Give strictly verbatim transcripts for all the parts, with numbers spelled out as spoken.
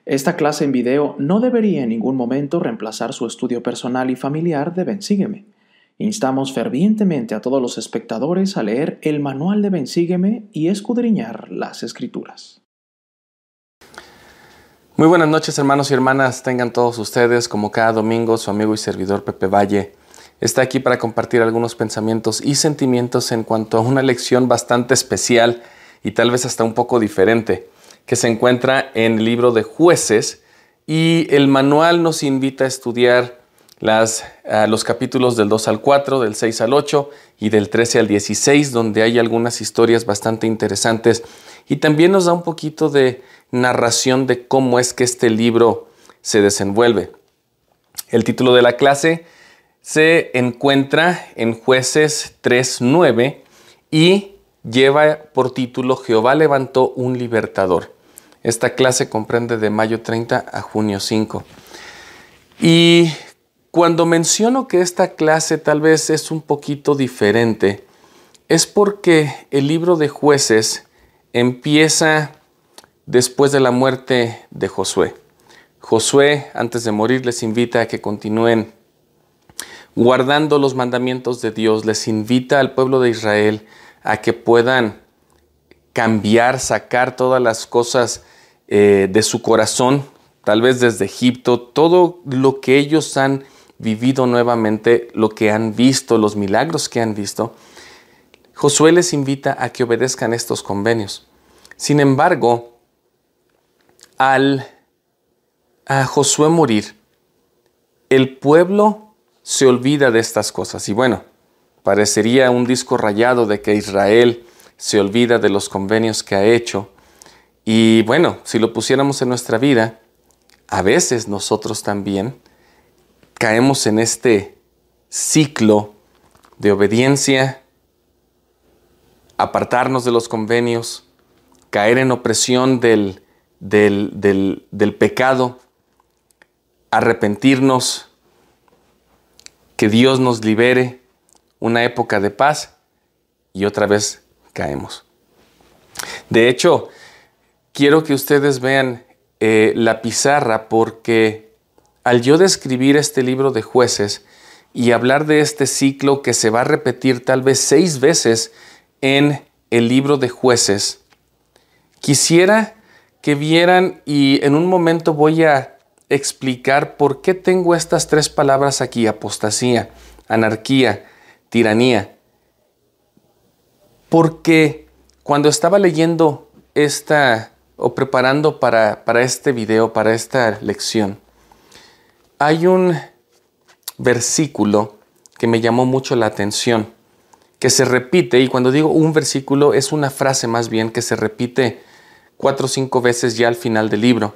Esta clase en video no debería en ningún momento reemplazar su estudio personal y familiar de Ven Sígueme. Instamos fervientemente a todos los espectadores a leer el manual de Ven Sígueme y escudriñar las Escrituras. Muy buenas noches, hermanos y hermanas. Tengan todos ustedes, como cada domingo, su amigo y servidor Pepe Valle está aquí para compartir algunos pensamientos y sentimientos en cuanto a una lección bastante especial y tal vez hasta un poco diferente, que se encuentra en el libro de Jueces, y el manual nos invita a estudiar las, uh, los capítulos del dos al cuatro, del seis al ocho y del trece al dieciséis, donde hay algunas historias bastante interesantes, y también nos da un poquito de narración de cómo es que este libro se desenvuelve. El título de la clase se encuentra en Jueces tres nueve y lleva por título Jehová levantó un libertador. Esta clase comprende de mayo treinta a junio cinco. Y cuando menciono que esta clase tal vez es un poquito diferente, es porque el libro de Jueces empieza después de la muerte de Josué. Josué, antes de morir, les invita a que continúen guardando los mandamientos de Dios. Les invita al pueblo de Israel a que puedan cambiar, sacar todas las cosas eh, de su corazón, tal vez desde Egipto, todo lo que ellos han vivido nuevamente, lo que han visto, los milagros que han visto. Josué les invita a que obedezcan estos convenios. Sin embargo, al a Josué morir, el pueblo se olvida de estas cosas. Y bueno, parecería un disco rayado de que Israel se olvida de los convenios que ha hecho. Y bueno, si lo pusiéramos en nuestra vida, a veces nosotros también caemos en este ciclo de obediencia, apartarnos de los convenios, caer en opresión del, del, del, del pecado, arrepentirnos, que Dios nos libere, una época de paz, y otra vez caemos. De hecho, quiero que ustedes vean eh, la pizarra, porque al yo describir este libro de Jueces y hablar de este ciclo que se va a repetir tal vez seis veces en el libro de Jueces, quisiera que vieran, y en un momento voy a explicar por qué tengo estas tres palabras aquí: apostasía, anarquía, tiranía. Porque cuando estaba leyendo esta o preparando para, para este video, para esta lección, hay un versículo que me llamó mucho la atención, que se repite, y cuando digo un versículo es una frase más bien que se repite cuatro o cinco veces ya al final del libro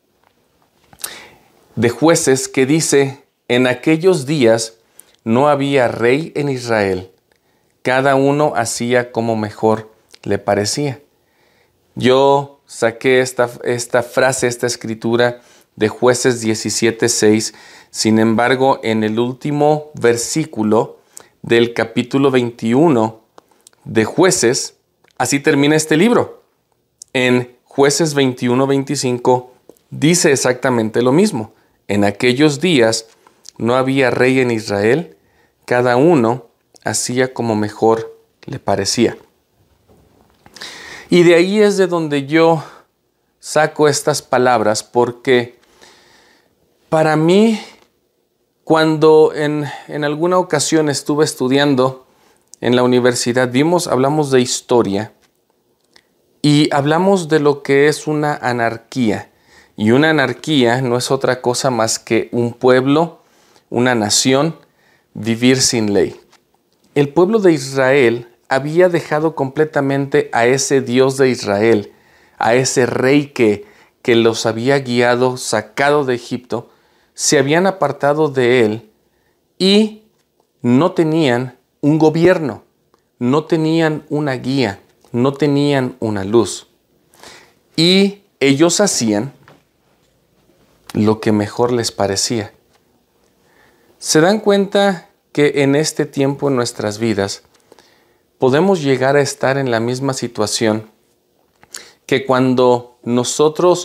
de Jueces, que dice: en aquellos días no había rey en Israel, cada uno hacía como mejor le parecía. Yo saqué esta, esta frase, esta escritura de Jueces diecisiete seis. Sin embargo, en el último versículo del capítulo veintiuno de Jueces, así termina este libro. En Jueces veintiuno veinticinco dice exactamente lo mismo: en aquellos días no había rey en Israel, cada uno hacía como mejor le parecía. Y de ahí es de donde yo saco estas palabras, porque para mí, cuando en, en alguna ocasión estuve estudiando en la universidad, vimos, hablamos de historia y hablamos de lo que es una anarquía. Y una anarquía no es otra cosa más que un pueblo, una nación, vivir sin ley. El pueblo de Israel había dejado completamente a ese Dios de Israel, a ese rey que, que los había guiado, sacado de Egipto. Se habían apartado de él y no tenían un gobierno, no tenían una guía, no tenían una luz. Y ellos hacían lo que mejor les parecía. ¿Se dan cuenta que en este tiempo en nuestras vidas podemos llegar a estar en la misma situación que cuando nosotros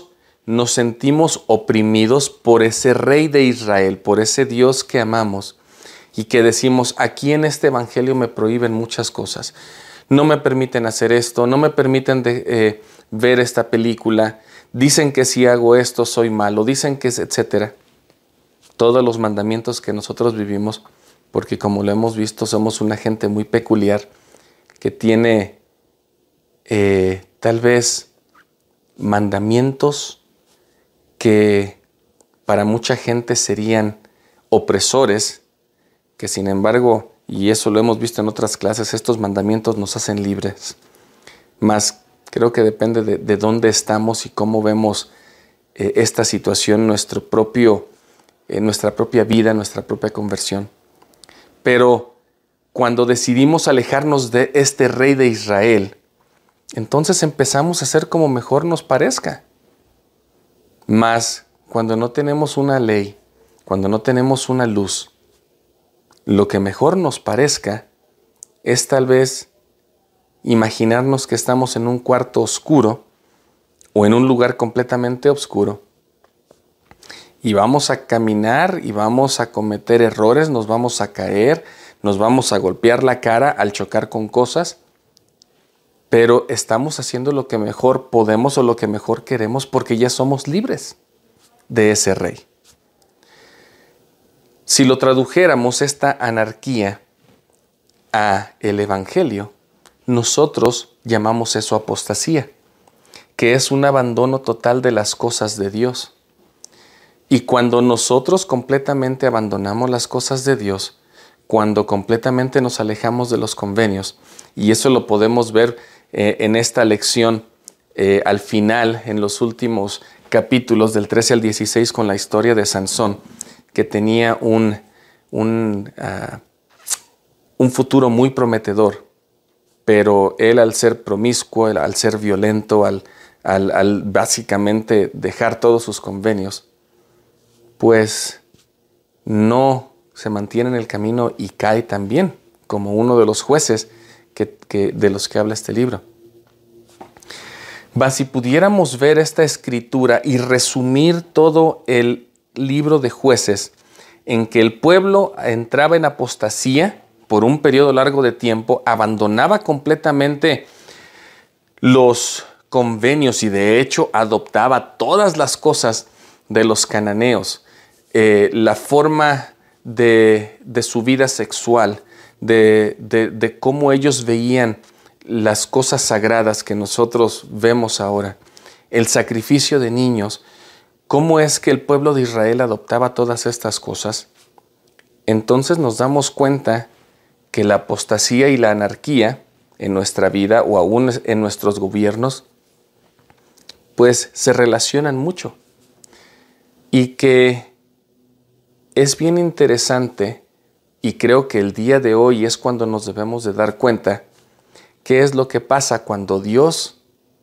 nos sentimos oprimidos por ese Rey de Israel, por ese Dios que amamos y que decimos, aquí en este evangelio me prohíben muchas cosas. No me permiten hacer esto, no me permiten de, eh, ver esta película. Dicen que si hago esto soy malo, dicen que es etcétera. Todos los mandamientos que nosotros vivimos, porque como lo hemos visto, somos una gente muy peculiar que tiene eh, tal vez mandamientos que para mucha gente serían opresores, que sin embargo, y eso lo hemos visto en otras clases, estos mandamientos nos hacen libres. Mas creo que depende de, de dónde estamos y cómo vemos eh, esta situación, nuestro propio, eh, nuestra propia vida, nuestra propia conversión. Pero cuando decidimos alejarnos de este Rey de Israel, entonces empezamos a hacer como mejor nos parezca. Mas cuando no tenemos una ley, cuando no tenemos una luz, lo que mejor nos parezca es tal vez imaginarnos que estamos en un cuarto oscuro o en un lugar completamente oscuro y vamos a caminar y vamos a cometer errores, nos vamos a caer, nos vamos a golpear la cara al chocar con cosas, pero estamos haciendo lo que mejor podemos o lo que mejor queremos porque ya somos libres de ese rey. Si lo tradujéramos esta anarquía a el evangelio, nosotros llamamos eso apostasía, que es un abandono total de las cosas de Dios. Y cuando nosotros completamente abandonamos las cosas de Dios, cuando completamente nos alejamos de los convenios, y eso lo podemos ver eh, en esta lección eh, al final, en los últimos capítulos del trece al dieciséis, con la historia de Sansón, que tenía un, un, uh, un futuro muy prometedor, pero él al ser promiscuo, al ser violento, al, al, al básicamente dejar todos sus convenios, pues no se mantiene en el camino y cae también, como uno de los jueces que, que, de los que habla este libro. Va, si pudiéramos ver esta escritura y resumir todo el libro de Jueces, en que el pueblo entraba en apostasía por un periodo largo de tiempo, abandonaba completamente los convenios y de hecho adoptaba todas las cosas de los cananeos, eh, la forma de, de su vida sexual, de, de, de cómo ellos veían las cosas sagradas que nosotros vemos ahora, el sacrificio de niños. ¿Cómo es que el pueblo de Israel adoptaba todas estas cosas? Entonces nos damos cuenta que la apostasía y la anarquía en nuestra vida o aún en nuestros gobiernos, pues se relacionan mucho. Y que es bien interesante, y creo que el día de hoy es cuando nos debemos de dar cuenta qué es lo que pasa cuando Dios,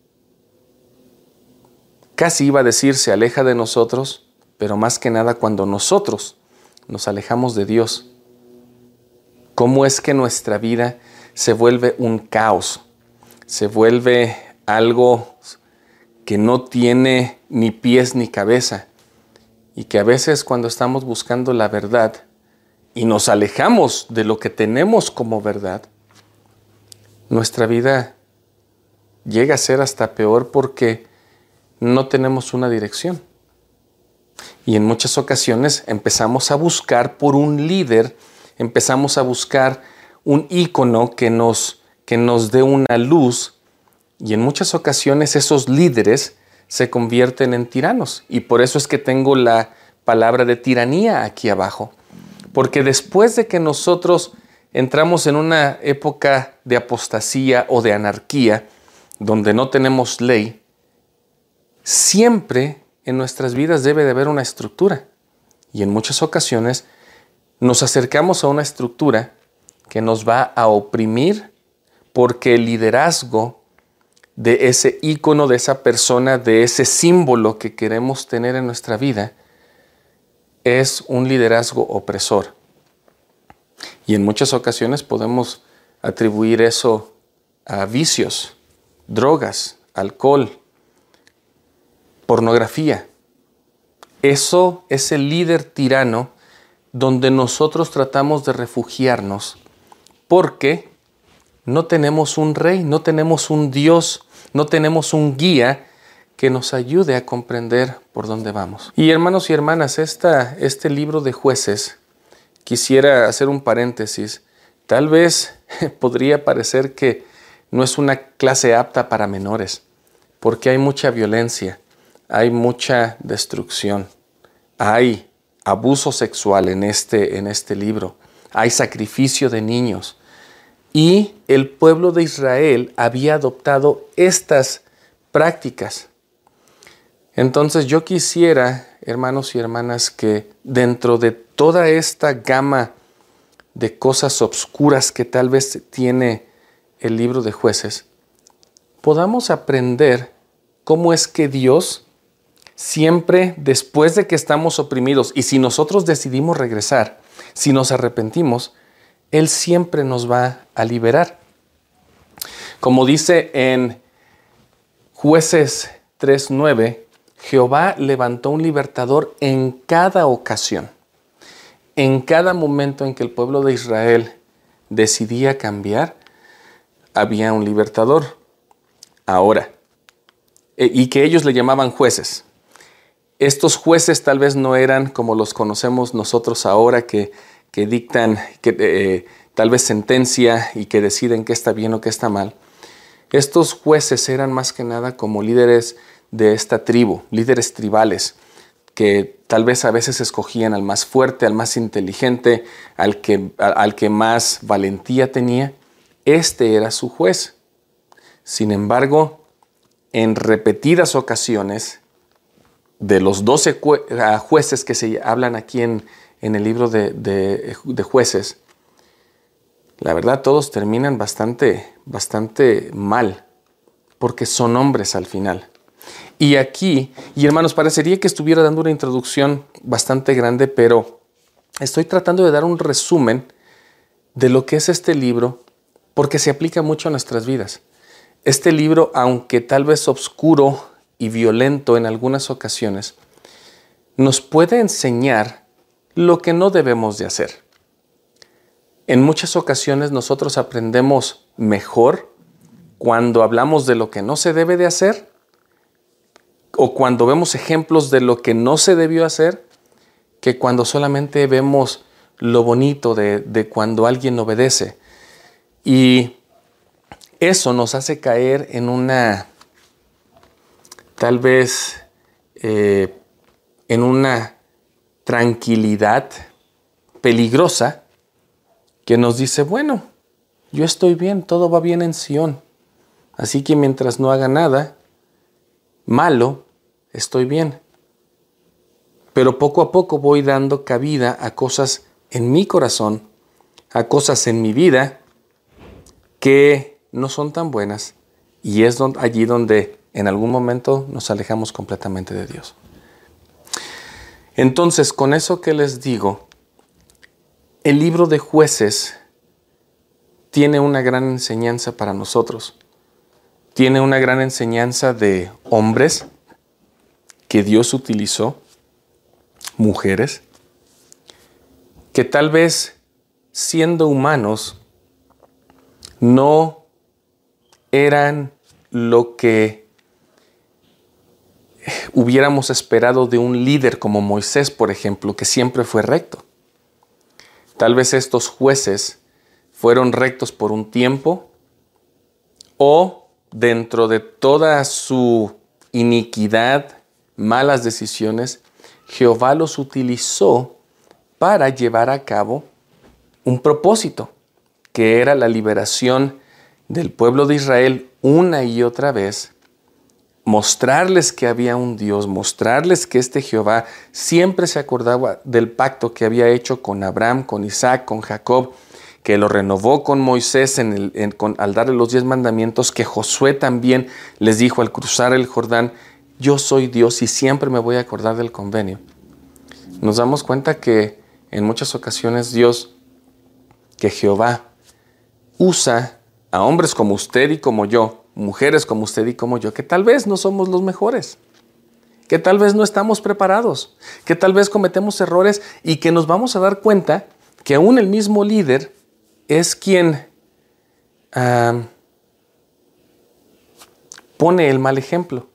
casi iba a decir, se aleja de nosotros, pero más que nada cuando nosotros nos alejamos de Dios. ¿Cómo es que nuestra vida se vuelve un caos? Se vuelve algo que no tiene ni pies ni cabeza. Y que a veces cuando estamos buscando la verdad y nos alejamos de lo que tenemos como verdad, nuestra vida llega a ser hasta peor porque no tenemos una dirección. Y en muchas ocasiones empezamos a buscar por un líder, empezamos a buscar un ícono que nos, que nos dé una luz, y en muchas ocasiones esos líderes se convierten en tiranos. Y por eso es que tengo la palabra de tiranía aquí abajo. Porque después de que nosotros entramos en una época de apostasía o de anarquía, donde no tenemos ley, siempre en nuestras vidas debe de haber una estructura. Y en muchas ocasiones nos acercamos a una estructura que nos va a oprimir porque el liderazgo de ese ícono, de esa persona, de ese símbolo que queremos tener en nuestra vida, es un liderazgo opresor. Y en muchas ocasiones podemos atribuir eso a vicios, drogas, alcohol, pornografía. Eso es el líder tirano donde nosotros tratamos de refugiarnos porque no tenemos un rey, no tenemos un Dios, no tenemos un guía que nos ayude a comprender por dónde vamos. Y hermanos y hermanas, esta, este libro de Jueces, quisiera hacer un paréntesis, tal vez podría parecer que no es una clase apta para menores, porque hay mucha violencia, hay mucha destrucción, hay abuso sexual en este, en este libro, hay sacrificio de niños. Y el pueblo de Israel había adoptado estas prácticas. Entonces yo quisiera, hermanos y hermanas, que dentro de toda esta gama de cosas obscuras que tal vez tiene el libro de Jueces, podamos aprender cómo es que Dios siempre, después de que estamos oprimidos, y si nosotros decidimos regresar, si nos arrepentimos, Él siempre nos va a liberar. Como dice en Jueces tres nueve, Jehová levantó un libertador en cada ocasión. En cada momento en que el pueblo de Israel decidía cambiar, había un libertador. Ahora, y que ellos le llamaban jueces. Estos jueces tal vez no eran como los conocemos nosotros ahora, que, que dictan que, eh, tal vez sentencia y que deciden qué está bien o qué está mal. Estos jueces eran más que nada como líderes de esta tribu, líderes tribales, que tal vez a veces escogían al más fuerte, al más inteligente, al que, al que más valentía tenía. Este era su juez. Sin embargo, en repetidas ocasiones, de los doce jueces que se hablan aquí en, en el libro de, de, de Jueces, la verdad todos terminan bastante, bastante mal, porque son hombres al final. Y aquí, y hermanos, parecería que estuviera dando una introducción bastante grande, pero estoy tratando de dar un resumen de lo que es este libro, porque se aplica mucho a nuestras vidas. Este libro, aunque tal vez oscuro y violento en algunas ocasiones, nos puede enseñar lo que no debemos de hacer. En muchas ocasiones nosotros aprendemos mejor cuando hablamos de lo que no se debe de hacer, o cuando vemos ejemplos de lo que no se debió hacer, que cuando solamente vemos lo bonito de, de cuando alguien obedece. Y eso nos hace caer en una, tal vez, eh, en una tranquilidad peligrosa que nos dice, bueno, yo estoy bien, todo va bien en Sión. Así que mientras no haga nada malo, estoy bien. Pero poco a poco voy dando cabida a cosas en mi corazón, a cosas en mi vida que no son tan buenas, y es donde, allí donde en algún momento nos alejamos completamente de Dios. Entonces, con eso que les digo, el libro de Jueces tiene una gran enseñanza para nosotros. Tiene una gran enseñanza de hombres que Dios utilizó, mujeres, que tal vez siendo humanos no eran lo que hubiéramos esperado de un líder como Moisés, por ejemplo, que siempre fue recto. Tal vez estos jueces fueron rectos por un tiempo, o dentro de toda su iniquidad, malas decisiones, Jehová los utilizó para llevar a cabo un propósito, que era la liberación del pueblo de Israel una y otra vez, mostrarles que había un Dios, mostrarles que este Jehová siempre se acordaba del pacto que había hecho con Abraham, con Isaac, con Jacob, que lo renovó con Moisés en el, en, con, al darle los diez mandamientos, que Josué también les dijo al cruzar el Jordán, yo soy Dios y siempre me voy a acordar del convenio. Nos damos cuenta que en muchas ocasiones Dios, que Jehová, usa a hombres como usted y como yo, mujeres como usted y como yo, que tal vez no somos los mejores. que tal vez no estamos preparados, que tal vez cometemos errores y que nos vamos a dar cuenta que aún el mismo líder es quien uh, pone el mal ejemplo.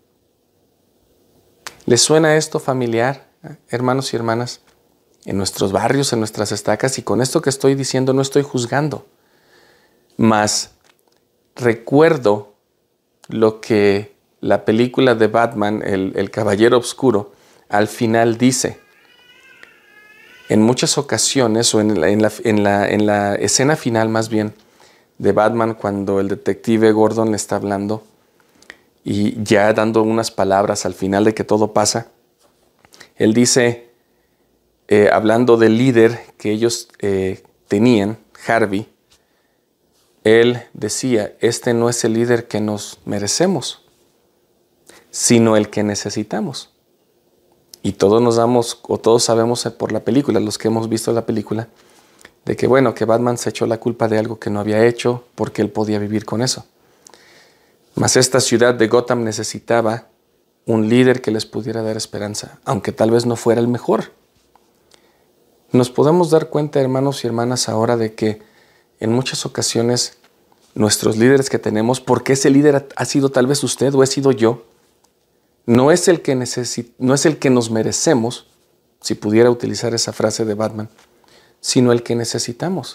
¿Les suena esto familiar, hermanos y hermanas? En nuestros barrios, en nuestras estacas, y con esto que estoy diciendo no estoy juzgando, mas recuerdo lo que la película de Batman, el, el Caballero Oscuro, al final dice. En muchas ocasiones, o en la, en, la, en, la, en la escena final más bien, de Batman, cuando el detective Gordon le está hablando y ya dando unas palabras al final de que todo pasa, él dice, eh, hablando del líder que ellos eh, tenían, Harvey, él decía, este no es el líder que nos merecemos, sino el que necesitamos. Y todos nos damos, o todos sabemos por la película, los que hemos visto la película, de que bueno, que Batman se echó la culpa de algo que no había hecho porque él podía vivir con eso. Mas esta ciudad de Gotham necesitaba un líder que les pudiera dar esperanza, aunque tal vez no fuera el mejor. Nos podemos dar cuenta, hermanos y hermanas, ahora de que en muchas ocasiones nuestros líderes que tenemos, porque ese líder ha sido tal vez usted o he sido yo, no es el que necesi- no es el que nos merecemos, si pudiera utilizar esa frase de Batman, sino el que necesitamos.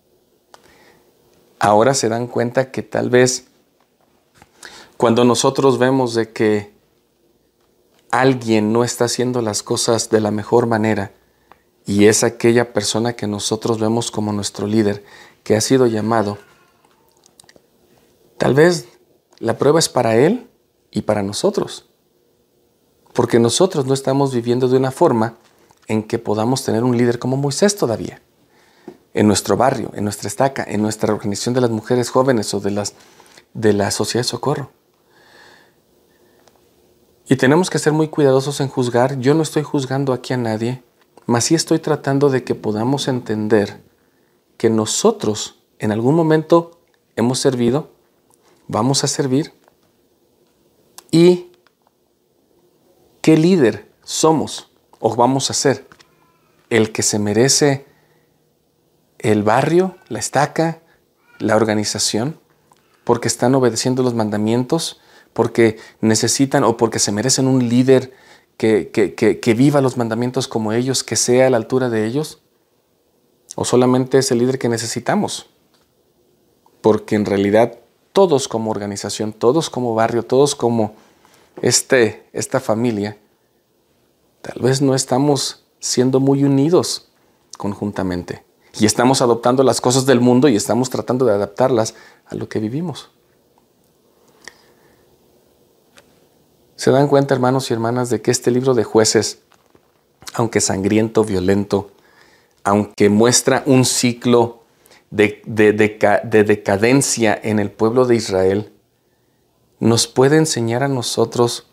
Ahora se dan cuenta que tal vez cuando nosotros vemos de que alguien no está haciendo las cosas de la mejor manera y es aquella persona que nosotros vemos como nuestro líder, que ha sido llamado, tal vez la prueba es para él y para nosotros. Porque nosotros no estamos viviendo de una forma en que podamos tener un líder como Moisés todavía. En nuestro barrio, en nuestra estaca, en nuestra organización de las mujeres jóvenes o de, las, de la sociedad de socorro. Y tenemos que ser muy cuidadosos en juzgar. Yo no estoy juzgando aquí a nadie, mas sí estoy tratando de que podamos entender que nosotros en algún momento hemos servido, vamos a servir y ¿qué líder somos o vamos a ser? ¿El que se merece el barrio, la estaca, la organización? ¿Porque están obedeciendo los mandamientos? ¿Porque necesitan o porque se merecen un líder que, que, que, que viva los mandamientos como ellos, que sea a la altura de ellos? ¿O solamente es el líder que necesitamos? Porque en realidad todos como organización, todos como barrio, todos como Este, esta familia, tal vez no estamos siendo muy unidos conjuntamente y estamos adoptando las cosas del mundo y estamos tratando de adaptarlas a lo que vivimos. ¿Se dan cuenta, hermanos y hermanas, de que este libro de Jueces, aunque sangriento, violento, aunque muestra un ciclo de, de, de, de decadencia en el pueblo de Israel, nos puede enseñar a nosotros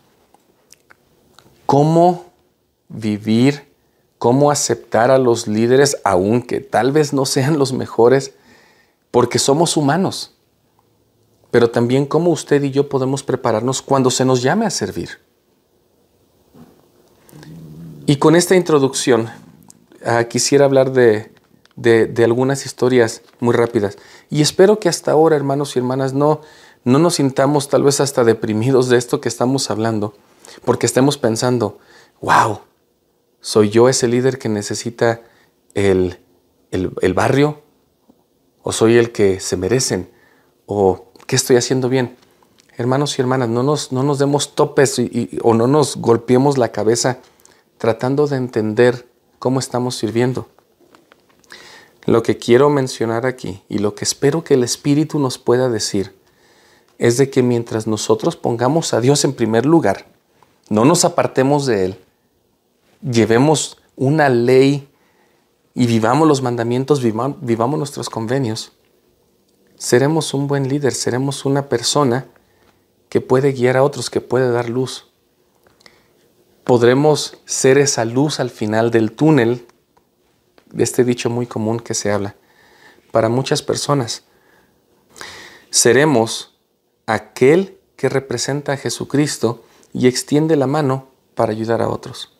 cómo vivir, cómo aceptar a los líderes, aunque tal vez no sean los mejores, porque somos humanos. Pero también cómo usted y yo podemos prepararnos cuando se nos llame a servir. Y con esta introducción, uh, quisiera hablar de, de, de algunas historias muy rápidas. Y espero que hasta ahora, hermanos y hermanas, no... no nos sintamos tal vez hasta deprimidos de esto que estamos hablando, porque estemos pensando, wow, ¿soy yo ese líder que necesita el, el, el barrio? ¿O soy el que se merecen? ¿O qué estoy haciendo bien? Hermanos y hermanas, no nos, no nos demos topes y, y, o no nos golpeemos la cabeza tratando de entender cómo estamos sirviendo. Lo que quiero mencionar aquí y lo que espero que el Espíritu nos pueda decir es de que mientras nosotros pongamos a Dios en primer lugar, no nos apartemos de Él, llevemos una ley y vivamos los mandamientos, vivamos, vivamos nuestros convenios, seremos un buen líder, seremos una persona que puede guiar a otros, que puede dar luz. Podremos ser esa luz al final del túnel, de este dicho muy común que se habla, para muchas personas. Seremos aquel que representa a Jesucristo y extiende la mano para ayudar a otros.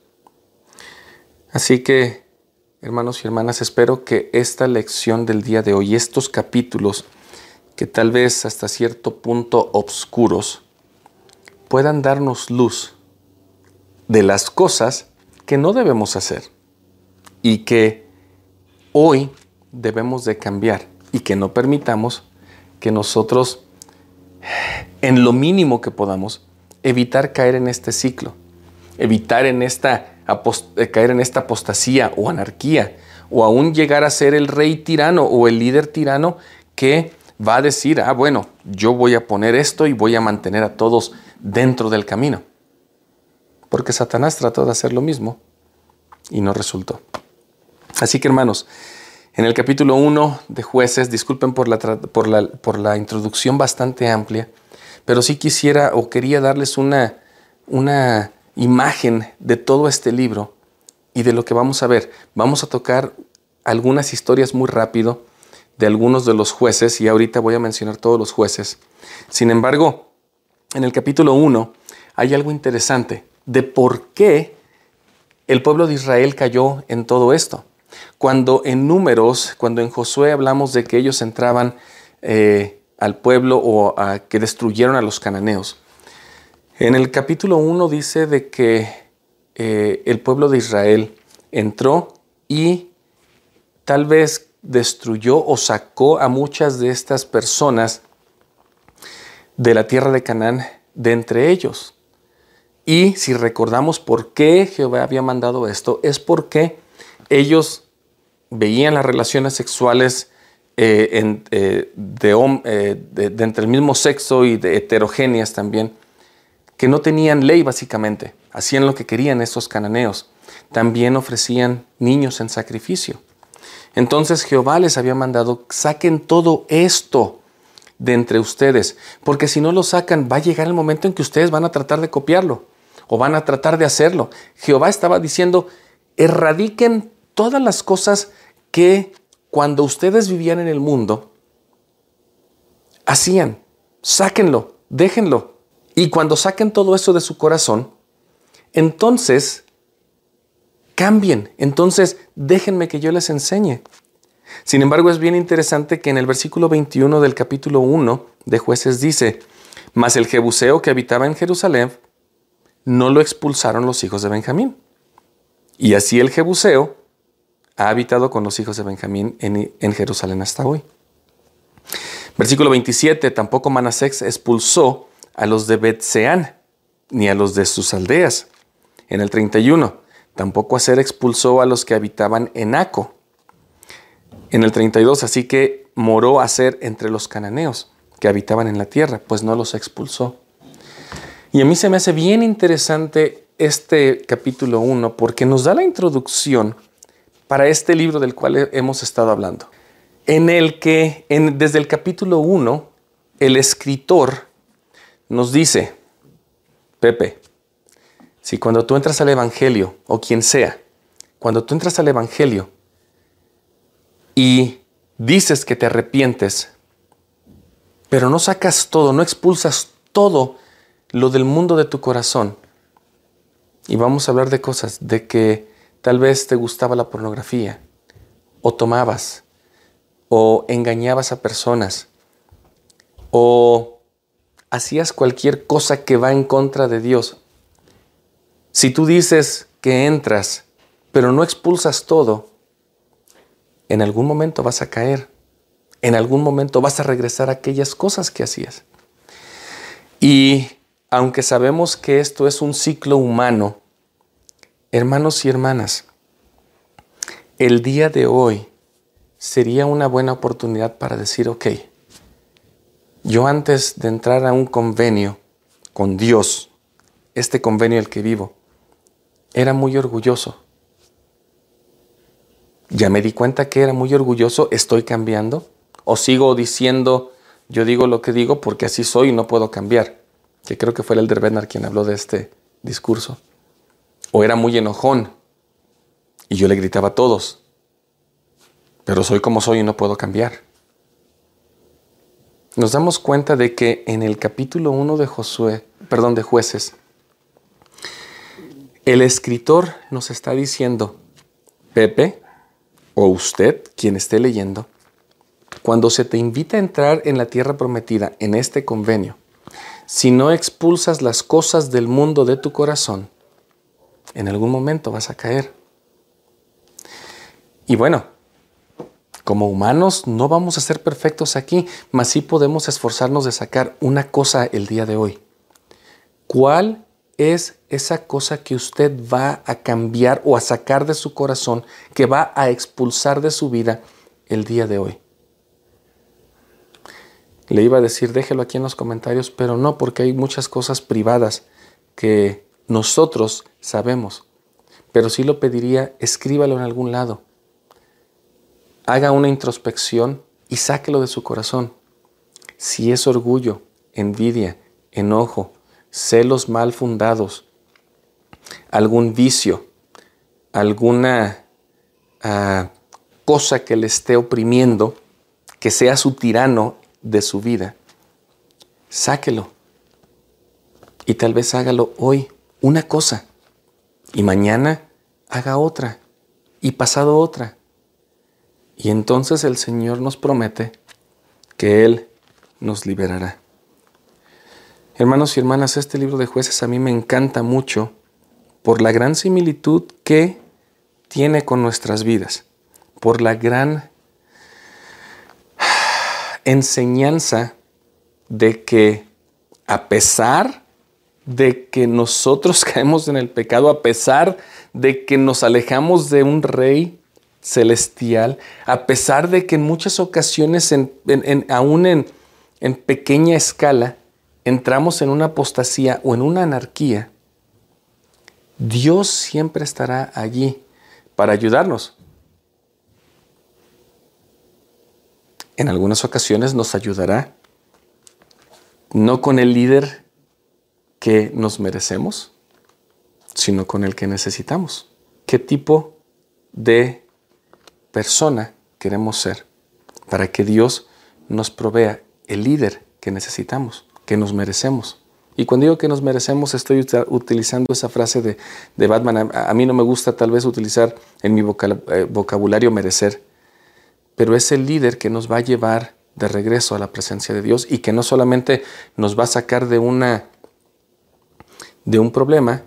Así que, hermanos y hermanas, espero que esta lección del día de hoy, estos capítulos, que tal vez hasta cierto punto obscuros, puedan darnos luz de las cosas que no debemos hacer y que hoy debemos de cambiar, y que no permitamos que nosotros, en lo mínimo que podamos, evitar caer en este ciclo, evitar en esta caer en esta apostasía o anarquía, o aún llegar a ser el rey tirano o el líder tirano que va a decir, ah, bueno, yo voy a poner esto y voy a mantener a todos dentro del camino. Porque Satanás trató de hacer lo mismo y no resultó. Así que, hermanos, en el capítulo uno de Jueces, disculpen por la, por la, por la introducción bastante amplia, pero sí quisiera o quería darles una, una imagen de todo este libro y de lo que vamos a ver. Vamos a tocar algunas historias muy rápido de algunos de los jueces, y ahorita voy a mencionar todos los jueces. Sin embargo, en el capítulo uno hay algo interesante de por qué el pueblo de Israel cayó en todo esto. Cuando en Números, cuando en Josué hablamos de que ellos entraban eh, al pueblo o a, que destruyeron a los cananeos, en el capítulo uno dice de que eh, el pueblo de Israel entró y tal vez destruyó o sacó a muchas de estas personas de la tierra de Canaán de entre ellos. Y si recordamos por qué Jehová había mandado esto, es porque ellos veían las relaciones sexuales eh, en, eh, de, eh, de, de entre el mismo sexo y de heterogéneas también, que no tenían ley básicamente. Hacían lo que querían estos cananeos. También ofrecían niños en sacrificio. Entonces Jehová les había mandado, saquen todo esto de entre ustedes, porque si no lo sacan, va a llegar el momento en que ustedes van a tratar de copiarlo o van a tratar de hacerlo. Jehová estaba diciendo, erradiquen todas las cosas que cuando ustedes vivían en el mundo hacían. Sáquenlo, déjenlo. Y cuando saquen todo eso de su corazón, entonces cambien. Entonces déjenme que yo les enseñe. Sin embargo, es bien interesante que en el versículo veintiuno del capítulo uno de Jueces dice, mas el jebuseo que habitaba en Jerusalén no lo expulsaron los hijos de Benjamín. Y así el jebuseo ha habitado con los hijos de Benjamín en, en Jerusalén hasta hoy. Versículo veintisiete, tampoco Manasés expulsó a los de Bet-Seán, ni a los de sus aldeas. En el treinta y uno, tampoco Aser expulsó a los que habitaban en Aco. En el treinta y dos, así que moró Aser entre los cananeos que habitaban en la tierra, pues no los expulsó. Y a mí se me hace bien interesante este capítulo uno porque nos da la introducción para este libro del cual hemos estado hablando, en el que en, desde el capítulo uno el escritor nos dice, Pepe, si cuando tú entras al Evangelio, o quien sea, cuando tú entras al Evangelio y dices que te arrepientes, pero no sacas todo, no expulsas todo lo del mundo de tu corazón, y vamos a hablar de cosas, de que tal vez te gustaba la pornografía, o tomabas, o engañabas a personas, o hacías cualquier cosa que va en contra de Dios. Si tú dices que entras, pero no expulsas todo, en algún momento vas a caer. En algún momento vas a regresar a aquellas cosas que hacías. Y aunque sabemos que esto es un ciclo humano, hermanos y hermanas, el día de hoy sería una buena oportunidad para decir, ok, yo antes de entrar a un convenio con Dios, este convenio en el que vivo, era muy orgulloso. Ya me di cuenta que era muy orgulloso, ¿estoy cambiando? ¿O sigo diciendo, yo digo lo que digo porque así soy y no puedo cambiar? Que creo que fue el Elder Bernard quien habló de este discurso. ¿O era muy enojón y yo le gritaba a todos, pero soy como soy y no puedo cambiar? Nos damos cuenta de que en el capítulo uno de Josué, perdón, de Jueces, El escritor nos está diciendo, Pepe, o usted, quien esté leyendo, cuando se te invita a entrar en la tierra prometida, en este convenio, si no expulsas las cosas del mundo de tu corazón, en algún momento vas a caer. Y bueno, como humanos no vamos a ser perfectos aquí, mas sí podemos esforzarnos de sacar una cosa el día de hoy. ¿Cuál es esa cosa que usted va a cambiar o a sacar de su corazón, que va a expulsar de su vida el día de hoy? Le iba a decir, déjelo aquí en los comentarios, pero no, porque hay muchas cosas privadas que nosotros sabemos. Pero sí lo pediría, escríbalo en algún lado. Haga una introspección y sáquelo de su corazón. Si es orgullo, envidia, enojo, celos mal fundados, algún vicio, alguna uh, cosa que le esté oprimiendo, que sea su tirano de su vida, sáquelo. Y tal vez hágalo hoy, una cosa, y mañana haga otra, y pasado otra. Y entonces el Señor nos promete que Él nos liberará. Hermanos y hermanas, este libro de Jueces a mí me encanta mucho por la gran similitud que tiene con nuestras vidas, por la gran enseñanza de que a pesar de que nosotros caemos en el pecado, a pesar de que nos alejamos de un rey celestial, a pesar de que en muchas ocasiones, en, en, en, aún en, en pequeña escala, entramos en una apostasía o en una anarquía, Dios siempre estará allí para ayudarnos. En algunas ocasiones nos ayudará, no con el líder que nos merecemos, sino con el que necesitamos. ¿Qué tipo de persona queremos ser para que Dios nos provea el líder que necesitamos, que nos merecemos? Y cuando digo que nos merecemos, estoy utilizando esa frase de, de Batman. A, a mí no me gusta tal vez utilizar en mi vocabulario merecer, pero es el líder que nos va a llevar de regreso a la presencia de Dios y que no solamente nos va a sacar de, una, de un problema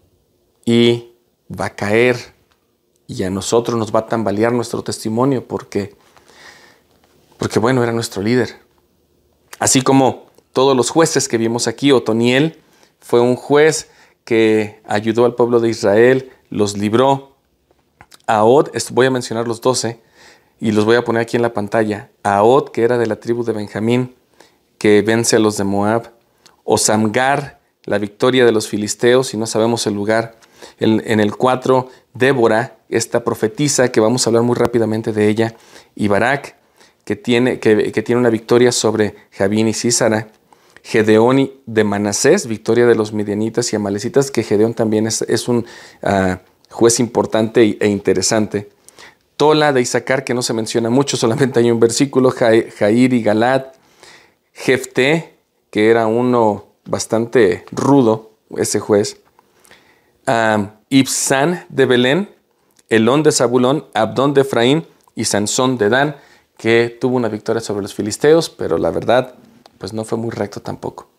y va a caer y a nosotros nos va a tambalear nuestro testimonio porque, porque bueno, era nuestro líder. Así como todos los jueces que vimos aquí, Otoniel fue un juez que ayudó al pueblo de Israel, los libró. Ahod, voy a mencionar los doce y los voy a poner aquí en la pantalla. Ahod, que era de la tribu de Benjamín, que vence a los de Moab. Osamgar, la victoria de los filisteos, y no sabemos el lugar. En, en el cuatro, Débora, esta profetisa, que vamos a hablar muy rápidamente de ella. Y Barak, que tiene, que, que tiene una victoria sobre Jabín y Sísara. Gedeón de Manasés, victoria de los midianitas y amalecitas, que Gedeón también es, es un uh, juez importante e interesante. Tola de Isaacar, que no se menciona mucho, solamente hay un versículo. Jair y Galad. Jefté, que era uno bastante rudo, ese juez. Uh, Ibsán de Belén, Elón de Zabulón, Abdón de Efraín y Sansón de Dan, que tuvo una victoria sobre los filisteos, pero la verdad, pues no fue muy recto tampoco.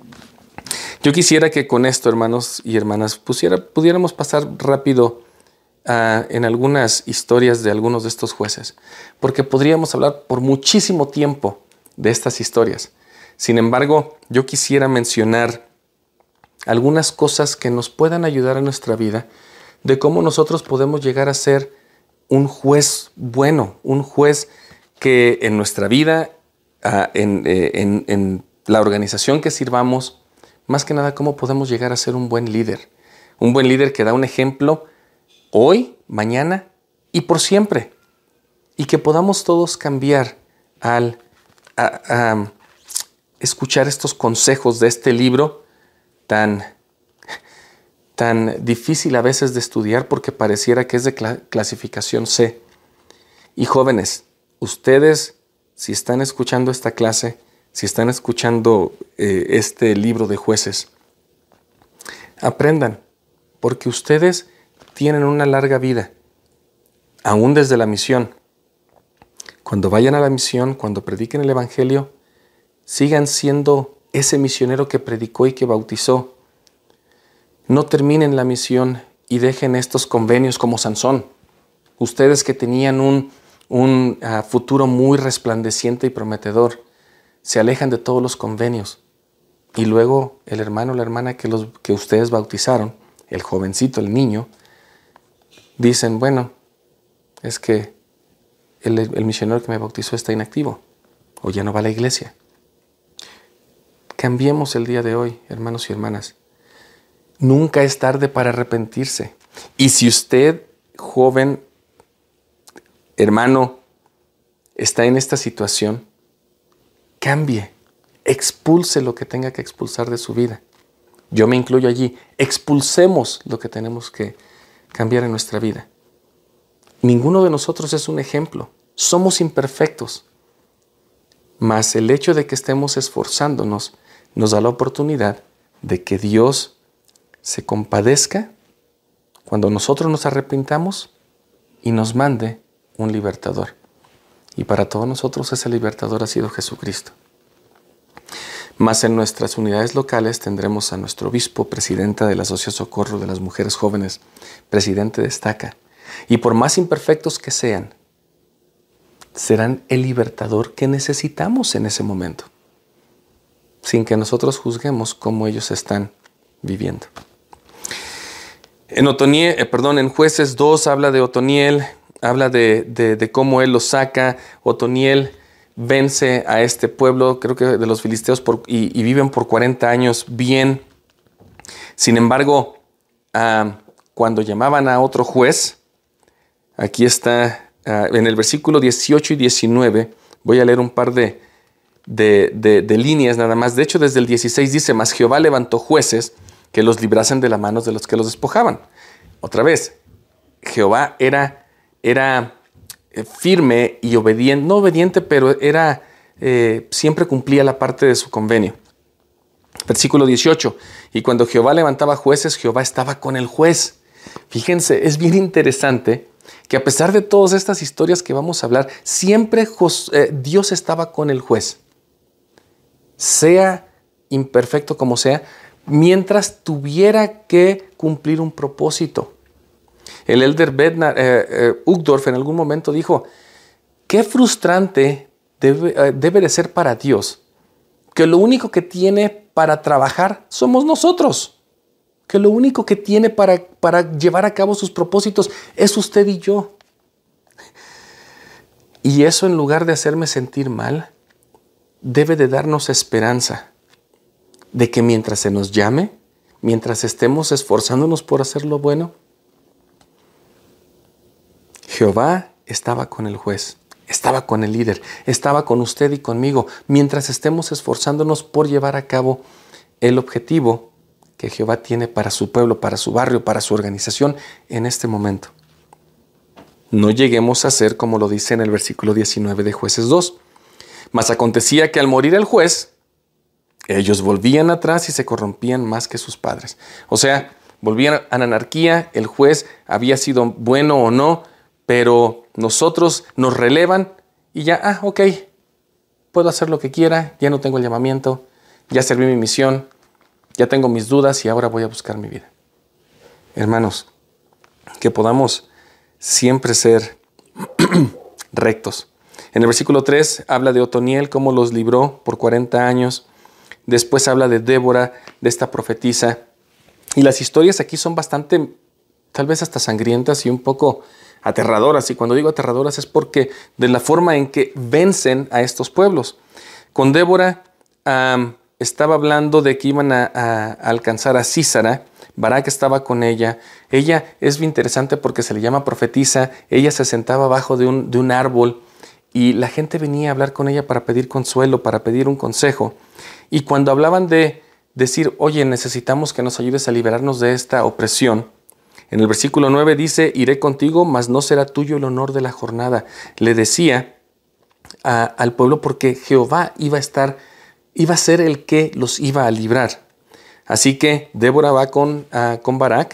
Yo quisiera que con esto, hermanos y hermanas, pusiera, pudiéramos pasar rápido uh, en algunas historias de algunos de estos jueces, porque podríamos hablar por muchísimo tiempo de estas historias. Sin embargo, yo quisiera mencionar algunas cosas que nos puedan ayudar en nuestra vida, de cómo nosotros podemos llegar a ser un juez bueno, un juez que en nuestra vida, uh, en, eh, en, en la organización que sirvamos, más que nada cómo podemos llegar a ser un buen líder. Un buen líder que da un ejemplo hoy, mañana y por siempre. Y que podamos todos cambiar al a, a escuchar estos consejos de este libro tan, tan difícil a veces de estudiar porque pareciera que es de cl- clasificación C. Y jóvenes, ustedes, si están escuchando esta clase, si están escuchando eh, este libro de Jueces, aprendan, porque ustedes tienen una larga vida, aún desde la misión. Cuando vayan a la misión, cuando prediquen el Evangelio, sigan siendo ese misionero que predicó y que bautizó. No terminen la misión y dejen estos convenios como Sansón. Ustedes que tenían un, un uh, futuro muy resplandeciente y prometedor, se alejan de todos los convenios. Y luego el hermano o la hermana que, los, que ustedes bautizaron, el jovencito, el niño, dicen, bueno, es que el, el misionero que me bautizó está inactivo o ya no va a la iglesia. Cambiemos el día de hoy, hermanos y hermanas. Nunca es tarde para arrepentirse. Y si usted, joven, hermano, está en esta situación, cambie, expulse lo que tenga que expulsar de su vida. Yo me incluyo allí. Expulsemos lo que tenemos que cambiar en nuestra vida. Ninguno de nosotros es un ejemplo. Somos imperfectos. Mas el hecho de que estemos esforzándonos nos da la oportunidad de que Dios se compadezca cuando nosotros nos arrepintamos y nos mande un libertador. Y para todos nosotros ese libertador ha sido Jesucristo. Más en nuestras unidades locales tendremos a nuestro obispo, presidenta de la Asociación Socorro de las Mujeres Jóvenes, presidente de Estaca. Y por más imperfectos que sean, serán el libertador que necesitamos en ese momento, sin que nosotros juzguemos cómo ellos están viviendo. En, Otoniel, eh, perdón, en Jueces dos habla de Otoniel, habla de, de, de cómo él los saca. Otoniel vence a este pueblo, creo que de los filisteos, por, y, y viven por cuarenta años bien. Sin embargo, uh, cuando llamaban a otro juez, aquí está, uh, en el versículo dieciocho y diecinueve, voy a leer un par de, de, de, de líneas nada más. De hecho, desde el dieciséis dice, mas Jehová levantó jueces que los librasen de las manos de los que los despojaban. Otra vez, Jehová era, era firme y obediente, no obediente, pero era, eh, siempre cumplía la parte de su convenio. Versículo dieciocho, y cuando Jehová levantaba jueces, Jehová estaba con el juez. Fíjense, es bien interesante que a pesar de todas estas historias que vamos a hablar, siempre Jos- eh, Dios estaba con el juez. Sea imperfecto como sea, mientras tuviera que cumplir un propósito. El elder Bednar, eh, eh, Uchtdorf en algún momento dijo, qué frustrante debe, eh, debe de ser para Dios que lo único que tiene para trabajar somos nosotros, que lo único que tiene para, para llevar a cabo sus propósitos es usted y yo. Y eso, en lugar de hacerme sentir mal, debe de darnos esperanza de que mientras se nos llame, mientras estemos esforzándonos por hacer lo bueno, Jehová estaba con el juez, estaba con el líder, estaba con usted y conmigo, mientras estemos esforzándonos por llevar a cabo el objetivo que Jehová tiene para su pueblo, para su barrio, para su organización en este momento. No lleguemos a ser como lo dice en el versículo diecinueve de Jueces dos. Mas acontecía que al morir el juez, ellos volvían atrás y se corrompían más que sus padres. O sea, volvían a la anarquía, el juez había sido bueno o no, pero nosotros nos relevan y ya, ah, ok, puedo hacer lo que quiera, ya no tengo el llamamiento, ya serví mi misión, ya tengo mis dudas y ahora voy a buscar mi vida. Hermanos, que podamos siempre ser rectos. En el versículo tres habla de Otoniel, cómo los libró por cuarenta años. Después habla de Débora, de esta profetisa. Y las historias aquí son bastante, tal vez hasta sangrientas y un poco aterradoras. Y cuando digo aterradoras es porque de la forma en que vencen a estos pueblos. Con Débora um, estaba hablando de que iban a, a, a alcanzar a Sísara. Barak estaba con ella. Ella es bien interesante porque se le llama profetisa. Ella se sentaba abajo de un, de un árbol y la gente venía a hablar con ella para pedir consuelo, para pedir un consejo. Y cuando hablaban de decir, oye, necesitamos que nos ayudes a liberarnos de esta opresión, en el versículo nueve dice, iré contigo, mas no será tuyo el honor de la jornada. Le decía a, al pueblo porque Jehová iba a estar, iba a ser el que los iba a librar. Así que Débora va con, uh, con Barak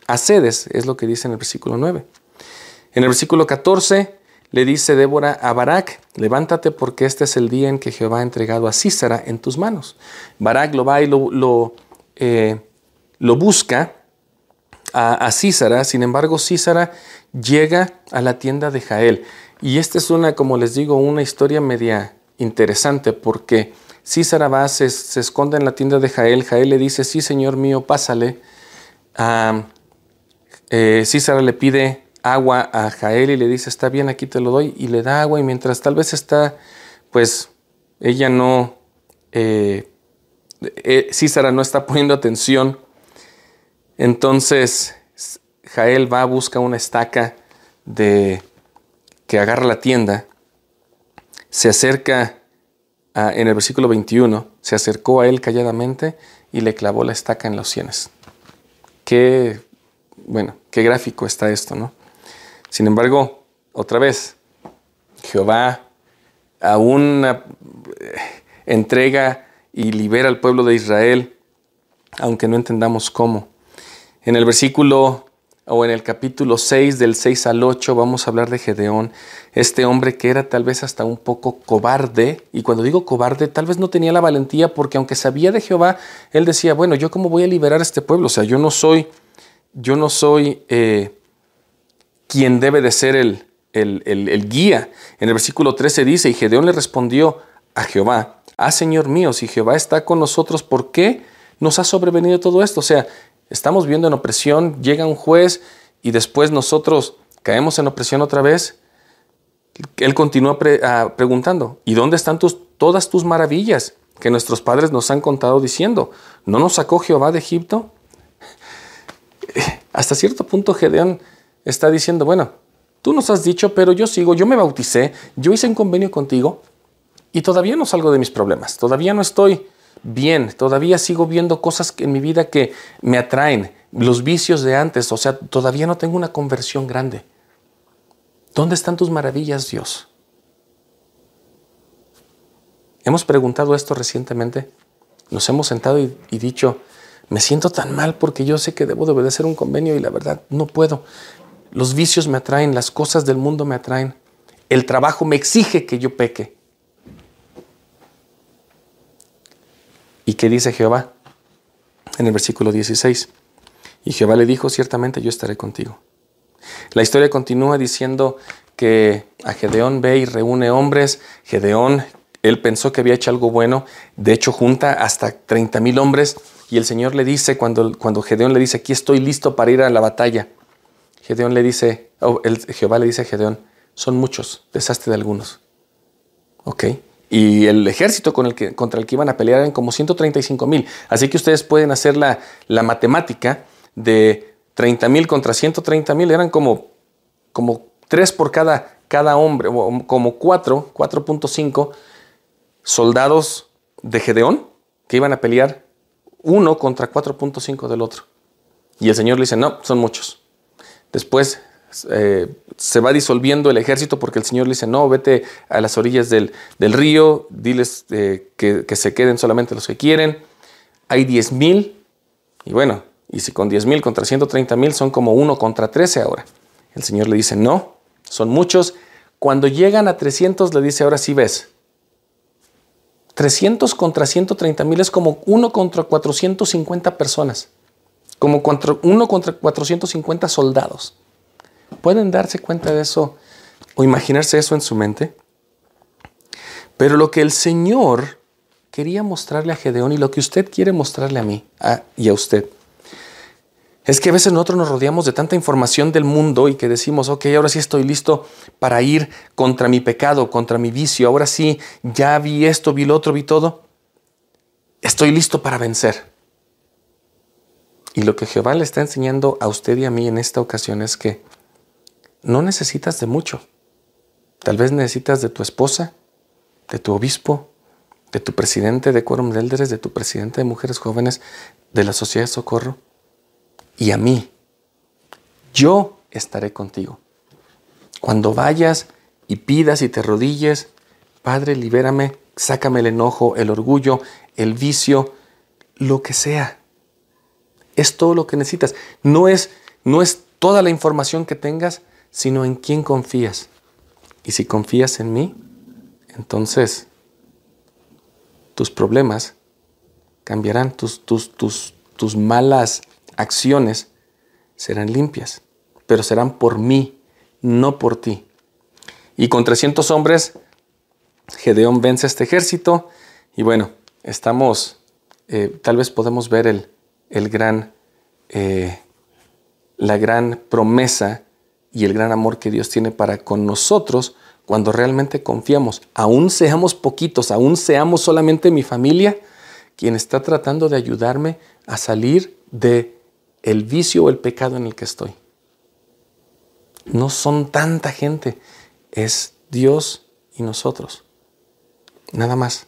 a Cedes, es lo que dice en el versículo nueve. En el versículo catorce le dice Débora a Barak, levántate porque este es el día en que Jehová ha entregado a Sísara en tus manos. Barak lo va y lo, lo, eh, lo busca a, a Sísara, sin embargo Sísara llega a la tienda de Jael. Y esta es una, como les digo, una historia media interesante porque Sísara va, se, se esconde en la tienda de Jael. Jael le dice, sí, señor mío, pásale. Uh, eh, Sísara le pide agua a Jael y le dice, está bien, aquí te lo doy. Y le da agua y mientras tal vez está, pues, ella no, eh, eh, Sísara no está poniendo atención. Entonces, Jael va, busca una estaca de, que agarra la tienda, se acerca a, en el versículo veintiuno, se acercó a él calladamente y le clavó la estaca en los sienes. Qué, bueno, qué gráfico está esto, ¿no? Sin embargo, otra vez, Jehová aún entrega y libera al pueblo de Israel, aunque no entendamos cómo. En el versículo o en el capítulo seis, del seis al ocho, vamos a hablar de Gedeón, este hombre que era tal vez hasta un poco cobarde, y cuando digo cobarde, tal vez no tenía la valentía, porque aunque sabía de Jehová, él decía, bueno, ¿yo cómo voy a liberar a este pueblo? O sea, yo no soy, yo no soy eh, quien debe de ser el, el, el, el guía. En el versículo trece dice, y Gedeón le respondió a Jehová, ah, Señor mío, si Jehová está con nosotros, ¿por qué nos ha sobrevenido todo esto? O sea, estamos viendo en opresión, llega un juez y después nosotros caemos en opresión otra vez. Él continúa pre, uh, preguntando, ¿y dónde están tus, todas tus maravillas que nuestros padres nos han contado diciendo? ¿No nos sacó Jehová de Egipto? Hasta cierto punto Gedeón está diciendo, bueno, tú nos has dicho, pero yo sigo, yo me bauticé, yo hice un convenio contigo y todavía no salgo de mis problemas, todavía no estoy bien, todavía sigo viendo cosas en mi vida que me atraen, los vicios de antes, o sea, todavía no tengo una conversión grande. ¿Dónde están tus maravillas, Dios? Hemos preguntado esto recientemente, nos hemos sentado y, y dicho, me siento tan mal porque yo sé que debo de obedecer un convenio y la verdad no puedo. Los vicios me atraen, las cosas del mundo me atraen, el trabajo me exige que yo peque. ¿Y qué dice Jehová? En el versículo dieciséis. Y Jehová le dijo, ciertamente yo estaré contigo. La historia continúa diciendo que a Gedeón ve y reúne hombres. Gedeón, él pensó que había hecho algo bueno. De hecho, junta hasta treinta mil hombres. Y el Señor le dice, cuando, cuando Gedeón le dice, aquí estoy listo para ir a la batalla. Gedeón le dice, oh, el, Jehová le dice a Gedeón, son muchos, deshazte de algunos. ¿Ok? Y el ejército con el que, contra el que iban a pelear eran como ciento treinta y cinco mil. Así que ustedes pueden hacer la, la matemática de treinta mil contra ciento treinta mil. Eran como, como tres por cada, cada hombre, o como cuatro, cuatro punto cinco soldados de Gedeón que iban a pelear uno contra cuatro punto cinco del otro. Y el Señor le dice, no, son muchos. Después Eh, se va disolviendo el ejército porque el Señor le dice, no, vete a las orillas del, del río, diles eh, que, que se queden solamente los que quieren. Hay diez mil, y bueno, y si con diez mil contra ciento treinta mil son como uno contra trece ahora. El Señor le dice, no, son muchos. Cuando llegan a trescientos le dice, ahora sí ves, trescientos contra ciento treinta mil es como uno contra cuatrocientos cincuenta personas, como contra, uno contra cuatrocientos cincuenta soldados. ¿Pueden darse cuenta de eso o imaginarse eso en su mente? Pero lo que el Señor quería mostrarle a Gedeón y lo que usted quiere mostrarle a mí a, y a usted es que a veces nosotros nos rodeamos de tanta información del mundo y que decimos, ok, ahora sí estoy listo para ir contra mi pecado, contra mi vicio, ahora sí ya vi esto, vi lo otro, vi todo. Estoy listo para vencer. Y lo que Jehová le está enseñando a usted y a mí en esta ocasión es que no necesitas de mucho. Tal vez necesitas de tu esposa, de tu obispo, de tu presidente de Quórum de Élderes, de tu presidente de Mujeres Jóvenes, de la Sociedad de Socorro. Y a mí, yo estaré contigo. Cuando vayas y pidas y te arrodilles, Padre, libérame, sácame el enojo, el orgullo, el vicio, lo que sea. Es todo lo que necesitas. No es No es toda la información que tengas, sino en quién confías. Y si confías en mí, entonces tus problemas cambiarán, tus, tus, tus, tus malas acciones serán limpias, pero serán por mí, no por ti. Y con trescientos hombres, Gedeón vence a este ejército y bueno, estamos, eh, tal vez podemos ver el, el gran, eh, la gran promesa y el gran amor que Dios tiene para con nosotros cuando realmente confiamos. Aún seamos poquitos, aún seamos solamente mi familia, quien está tratando de ayudarme a salir de el vicio o el pecado en el que estoy. No son tanta gente, es Dios y nosotros. Nada más.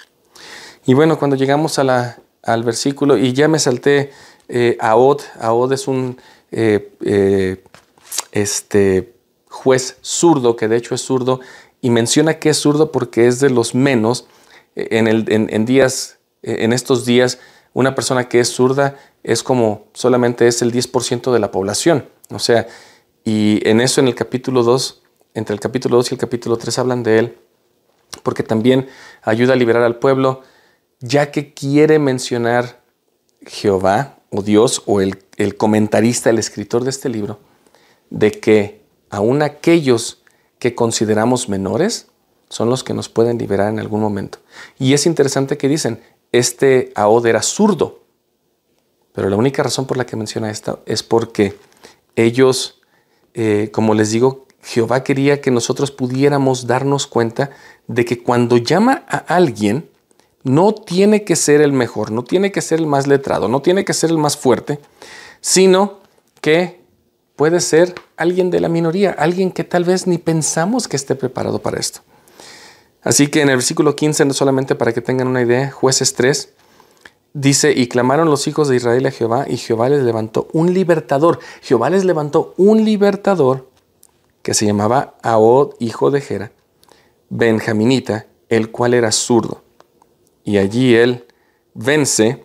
Y bueno, cuando llegamos a la, al versículo, y ya me salté eh, Ahod. Ahod es un eh, eh, este, juez zurdo, que de hecho es zurdo, y menciona que es zurdo porque es de los menos. En, el, en, en, días, en estos días, una persona que es zurda es como solamente es el diez por ciento de la población. O sea, y en eso en el capítulo dos, entre el capítulo dos y el capítulo tres hablan de él, porque también ayuda a liberar al pueblo, ya que quiere mencionar Jehová o Dios o el, el comentarista, el escritor de este libro, de que aún aquellos que consideramos menores son los que nos pueden liberar en algún momento. Y es interesante que dicen, este Ahod era zurdo, pero la única razón por la que menciona esto es porque ellos, eh, como les digo, Jehová quería que nosotros pudiéramos darnos cuenta de que cuando llama a alguien, no tiene que ser el mejor, no tiene que ser el más letrado, no tiene que ser el más fuerte, sino que puede ser alguien de la minoría, alguien que tal vez ni pensamos que esté preparado para esto. Así que en el versículo quince, no solamente para que tengan una idea, Jueces tres, dice, y clamaron los hijos de Israel a Jehová, y Jehová les levantó un libertador. Jehová les levantó un libertador que se llamaba Ahod, hijo de Gera, benjaminita, el cual era zurdo. Y allí él vence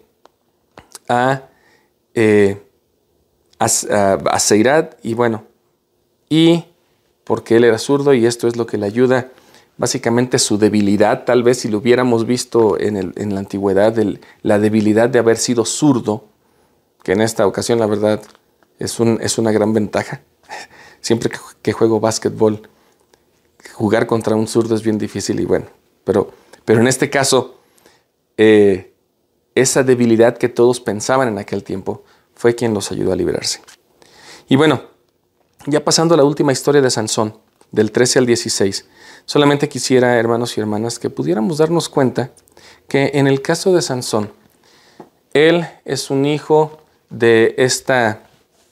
a, eh, a, a, a Seirat, y bueno, y porque él era zurdo, y esto es lo que le ayuda, básicamente su debilidad, tal vez si lo hubiéramos visto en, el, en la antigüedad, el, la debilidad de haber sido zurdo, que en esta ocasión la verdad es, un, es una gran ventaja. Siempre que, que juego básquetbol, jugar contra un zurdo es bien difícil y bueno, pero, pero en este caso, eh, esa debilidad que todos pensaban en aquel tiempo fue quien los ayudó a liberarse. Y bueno, ya pasando a la última historia de Sansón, del trece al dieciséis, solamente quisiera, hermanos y hermanas, que pudiéramos darnos cuenta que en el caso de Sansón, él es un hijo de esta,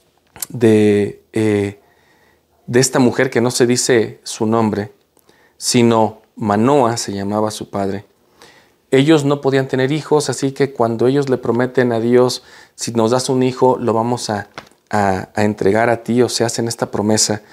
de, eh, de esta mujer que no se dice su nombre, sino Manoa se llamaba su padre. Ellos no podían tener hijos, así que cuando ellos le prometen a Dios, si nos das un hijo, lo vamos a, a, a entregar a ti, o se hacen esta promesa.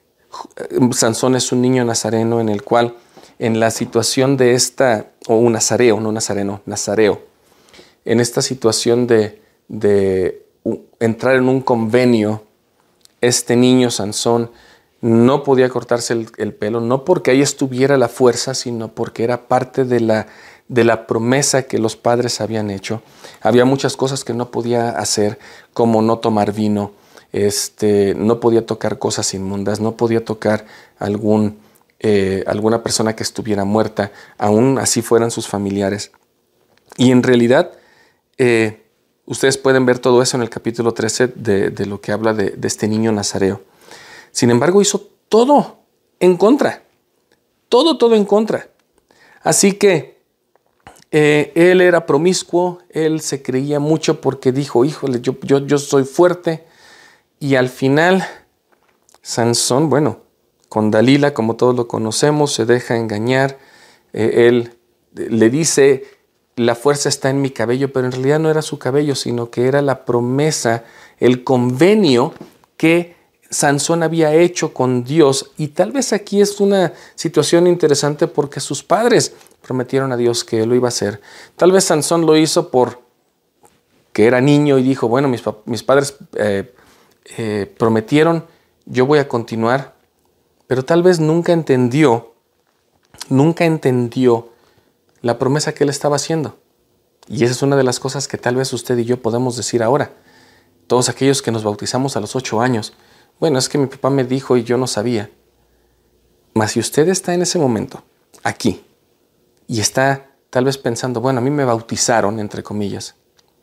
Sansón es un niño nazareno en el cual, en la situación de esta, o un nazareo, no nazareno, nazareo, en esta situación de, de uh, entrar en un convenio, este niño Sansón no podía cortarse el, el pelo, no porque ahí estuviera la fuerza, sino porque era parte de la, de la promesa que los padres habían hecho. Había muchas cosas que no podía hacer, como no tomar vino, Este, no podía tocar cosas inmundas, no podía tocar algún, eh, alguna persona que estuviera muerta, aún así fueran sus familiares. Y en realidad, eh, ustedes pueden ver todo eso en el capítulo trece de, de lo que habla de, de este niño nazareo. Sin embargo, hizo todo en contra, todo, todo en contra. Así que eh, él era promiscuo, él se creía mucho porque dijo, híjole, yo, yo, yo soy fuerte. Y al final, Sansón, bueno, con Dalila, como todos lo conocemos, se deja engañar. Eh, él le dice, la fuerza está en mi cabello, pero en realidad no era su cabello, sino que era la promesa, el convenio que Sansón había hecho con Dios. Y tal vez aquí es una situación interesante porque sus padres prometieron a Dios que él lo iba a hacer. Tal vez Sansón lo hizo por que era niño y dijo, bueno, mis, mis padres... Eh, eh, prometieron, yo voy a continuar, pero tal vez nunca entendió, nunca entendió la promesa que él estaba haciendo. Y esa es una de las cosas que tal vez usted y yo podemos decir ahora. Todos aquellos que nos bautizamos a los ocho años, bueno, es que mi papá me dijo y yo no sabía. Mas si usted está en ese momento, aquí, y está tal vez pensando, bueno, a mí me bautizaron, entre comillas,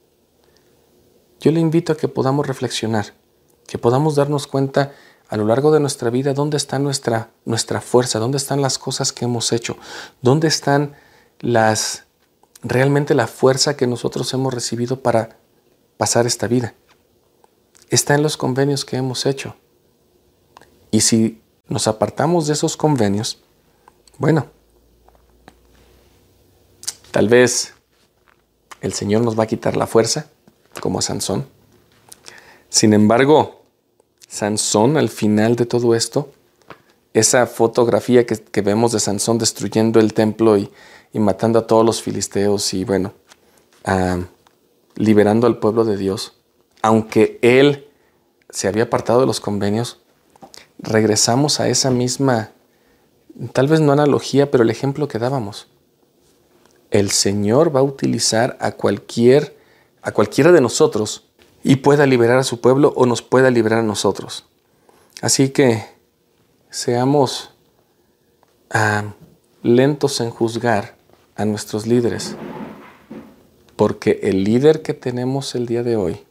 yo le invito a que podamos reflexionar, que podamos darnos cuenta a lo largo de nuestra vida dónde está nuestra, nuestra fuerza, dónde están las cosas que hemos hecho, dónde están las, realmente la fuerza que nosotros hemos recibido para pasar esta vida. Está en los convenios que hemos hecho. Y si nos apartamos de esos convenios, bueno, tal vez el Señor nos va a quitar la fuerza, como a Sansón. Sin embargo, Sansón, al final de todo esto, esa fotografía que, que vemos de Sansón destruyendo el templo y, y matando a todos los filisteos y, bueno, uh, liberando al pueblo de Dios, aunque él se había apartado de los convenios, regresamos a esa misma, tal vez no analogía, pero el ejemplo que dábamos. El Señor va a utilizar a cualquier, a cualquiera de nosotros y pueda liberar a su pueblo o nos pueda liberar a nosotros. Así que seamos uh, lentos en juzgar a nuestros líderes, porque el líder que tenemos el día de hoy,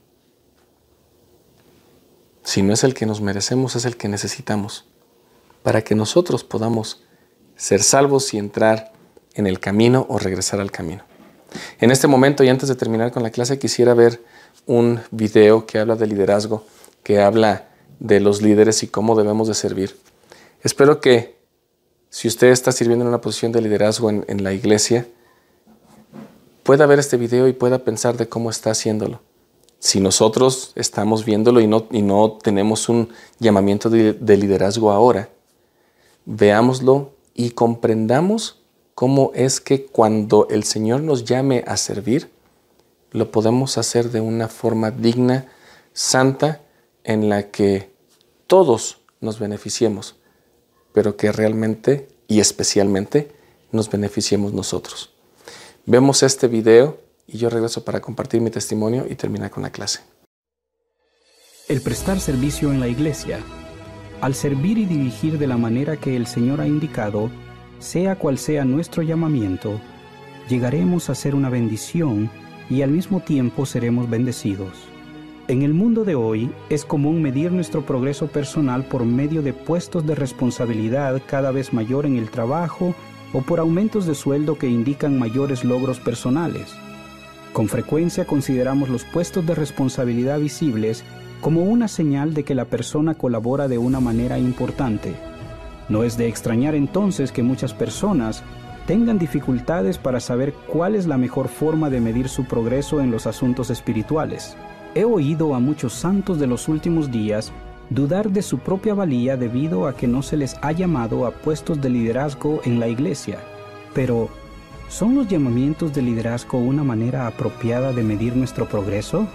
si no es el que nos merecemos, es el que necesitamos, para que nosotros podamos ser salvos y entrar en el camino o regresar al camino. En este momento, y antes de terminar con la clase, quisiera ver un video que habla de liderazgo, que habla de los líderes y cómo debemos de servir. Espero que si usted está sirviendo en una posición de liderazgo en, en la iglesia, pueda ver este video y pueda pensar de cómo está haciéndolo. Si nosotros estamos viéndolo y no, y no tenemos un llamamiento de, de liderazgo ahora, veámoslo y comprendamos cómo es que cuando el Señor nos llame a servir, lo podemos hacer de una forma digna, santa, en la que todos nos beneficiemos, pero que realmente y especialmente nos beneficiemos nosotros. Vemos este video y yo regreso para compartir mi testimonio y terminar con la clase. El prestar servicio en la iglesia. Al servir y dirigir de la manera que el Señor ha indicado, sea cual sea nuestro llamamiento, llegaremos a ser una bendición y al mismo tiempo seremos bendecidos. En el mundo de hoy es común medir nuestro progreso personal por medio de puestos de responsabilidad cada vez mayor en el trabajo o por aumentos de sueldo que indican mayores logros personales. Con frecuencia consideramos los puestos de responsabilidad visibles como una señal de que la persona colabora de una manera importante. No es de extrañar entonces que muchas personas tengan dificultades para saber cuál es la mejor forma de medir su progreso en los asuntos espirituales. He oído a muchos santos de los últimos días dudar de su propia valía debido a que no se les ha llamado a puestos de liderazgo en la iglesia. Pero, ¿son los llamamientos de liderazgo una manera apropiada de medir nuestro progreso?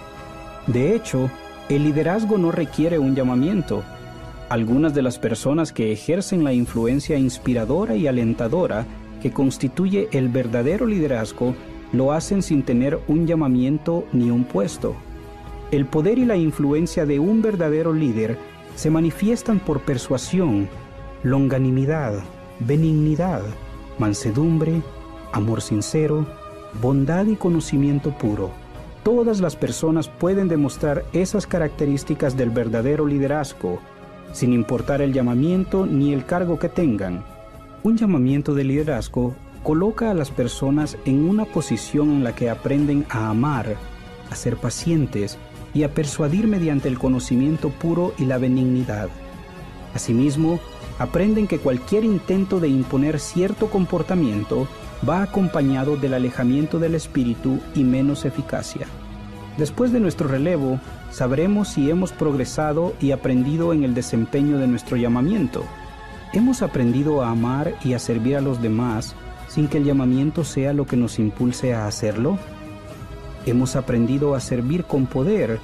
De hecho, el liderazgo no requiere un llamamiento. Algunas de las personas que ejercen la influencia inspiradora y alentadora que constituye el verdadero liderazgo lo hacen sin tener un llamamiento ni un puesto. El poder y la influencia de un verdadero líder se manifiestan por persuasión, longanimidad, benignidad, mansedumbre, amor sincero, bondad y conocimiento puro. Todas las personas pueden demostrar esas características del verdadero liderazgo, sin importar el llamamiento ni el cargo que tengan. Un llamamiento de liderazgo coloca a las personas en una posición en la que aprenden a amar, a ser pacientes y a persuadir mediante el conocimiento puro y la benignidad. Asimismo, aprenden que cualquier intento de imponer cierto comportamiento va acompañado del alejamiento del espíritu y menos eficacia. Después de nuestro relevo, sabremos si hemos progresado y aprendido en el desempeño de nuestro llamamiento. ¿Hemos aprendido a amar y a servir a los demás sin que el llamamiento sea lo que nos impulse a hacerlo? ¿Hemos aprendido a servir con poder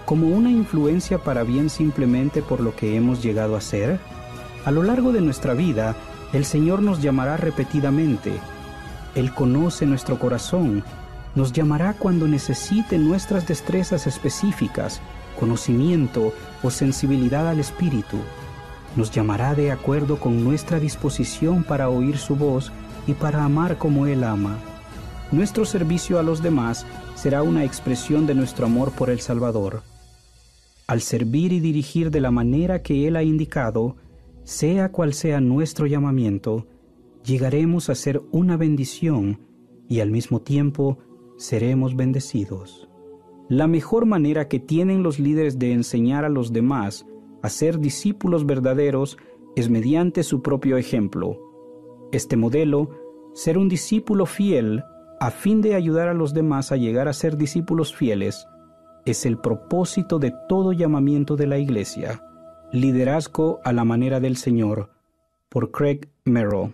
como una influencia para bien simplemente por lo que hemos llegado a ser? A lo largo de nuestra vida, el Señor nos llamará repetidamente. Él conoce nuestro corazón. Nos llamará cuando necesite nuestras destrezas específicas, conocimiento o sensibilidad al Espíritu. Nos llamará de acuerdo con nuestra disposición para oír su voz y para amar como Él ama. Nuestro servicio a los demás será una expresión de nuestro amor por el Salvador. Al servir y dirigir de la manera que Él ha indicado, sea cual sea nuestro llamamiento, llegaremos a ser una bendición y al mismo tiempo seremos bendecidos. La mejor manera que tienen los líderes de enseñar a los demás a ser discípulos verdaderos es mediante su propio ejemplo. Este modelo, ser un discípulo fiel a fin de ayudar a los demás a llegar a ser discípulos fieles, es el propósito de todo llamamiento de la Iglesia. Liderazgo a la manera del Señor, por Craig Merrill.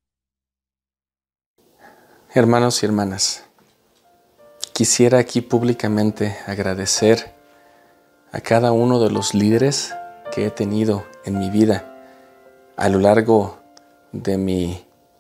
Hermanos y hermanas, quisiera aquí públicamente agradecer a cada uno de los líderes que he tenido en mi vida a lo largo de mi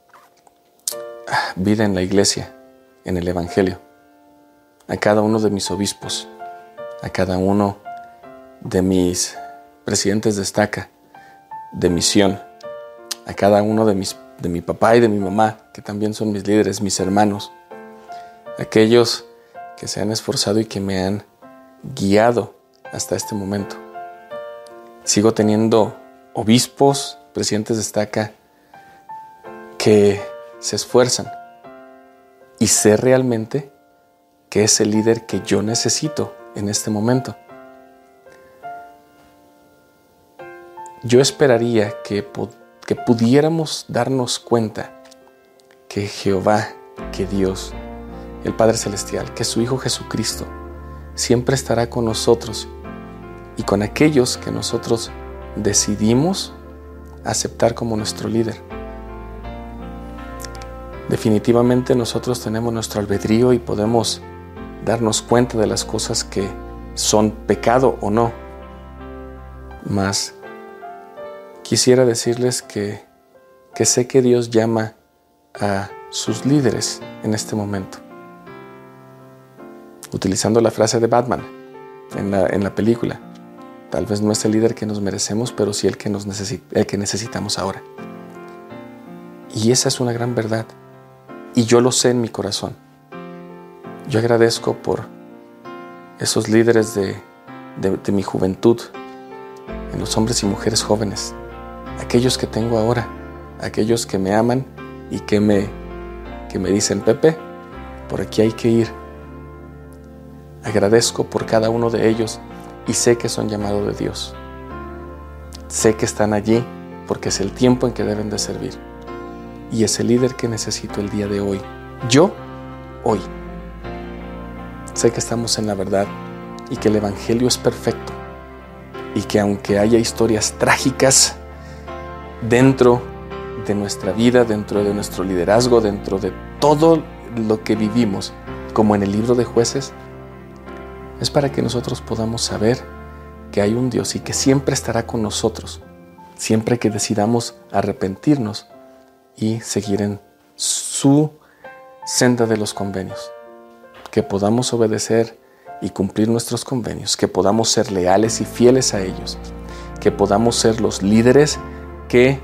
vida en la iglesia, en el Evangelio, a cada uno de mis obispos, a cada uno de mis presidentes de estaca, de misión, a cada uno de mis de mi papá y de mi mamá, que también son mis líderes, mis hermanos, aquellos que se han esforzado y que me han guiado hasta este momento. Sigo teniendo obispos, presidentes de estaca, que se esfuerzan y sé realmente que es el líder que yo necesito en este momento. Yo esperaría que que pudiéramos darnos cuenta que Jehová, que Dios, el Padre Celestial, que su Hijo Jesucristo, siempre estará con nosotros y con aquellos que nosotros decidimos aceptar como nuestro líder. Definitivamente nosotros tenemos nuestro albedrío y podemos darnos cuenta de las cosas que son pecado o no. Mas quisiera decirles que, que sé que Dios llama a sus líderes en este momento. Utilizando la frase de Batman en la, en la película, tal vez no es el líder que nos merecemos, pero sí el que, nos necesi- el que necesitamos ahora. Y esa es una gran verdad. Y yo lo sé en mi corazón. Yo agradezco por esos líderes de, de, de mi juventud, en los hombres y mujeres jóvenes, aquellos que tengo ahora, aquellos que me aman y que me, que me dicen, Pepe, por aquí hay que ir. Agradezco por cada uno de ellos y sé que son llamados de Dios. Sé que están allí porque es el tiempo en que deben de servir. Y es el líder que necesito el día de hoy. Yo, hoy. Sé que estamos en la verdad y que el Evangelio es perfecto. Y que aunque haya historias trágicas dentro de nuestra vida, dentro de nuestro liderazgo, dentro de todo lo que vivimos, como en el libro de Jueces, es para que nosotros podamos saber que hay un Dios y que siempre estará con nosotros, siempre que decidamos arrepentirnos y seguir en su senda de los convenios, que podamos obedecer y cumplir nuestros convenios, que podamos ser leales y fieles a ellos, que podamos ser los líderes que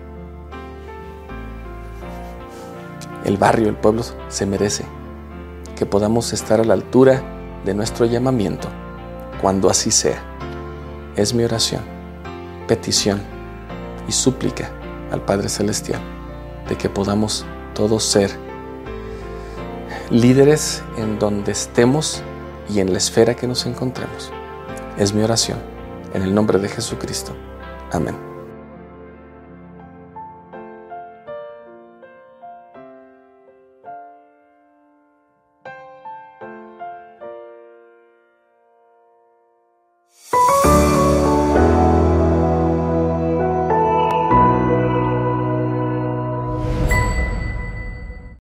el barrio, el pueblo se merece, que podamos estar a la altura de nuestro llamamiento, cuando así sea. Es mi oración, petición y súplica al Padre Celestial de que podamos todos ser líderes en donde estemos y en la esfera que nos encontremos. Es mi oración, en el nombre de Jesucristo. Amén.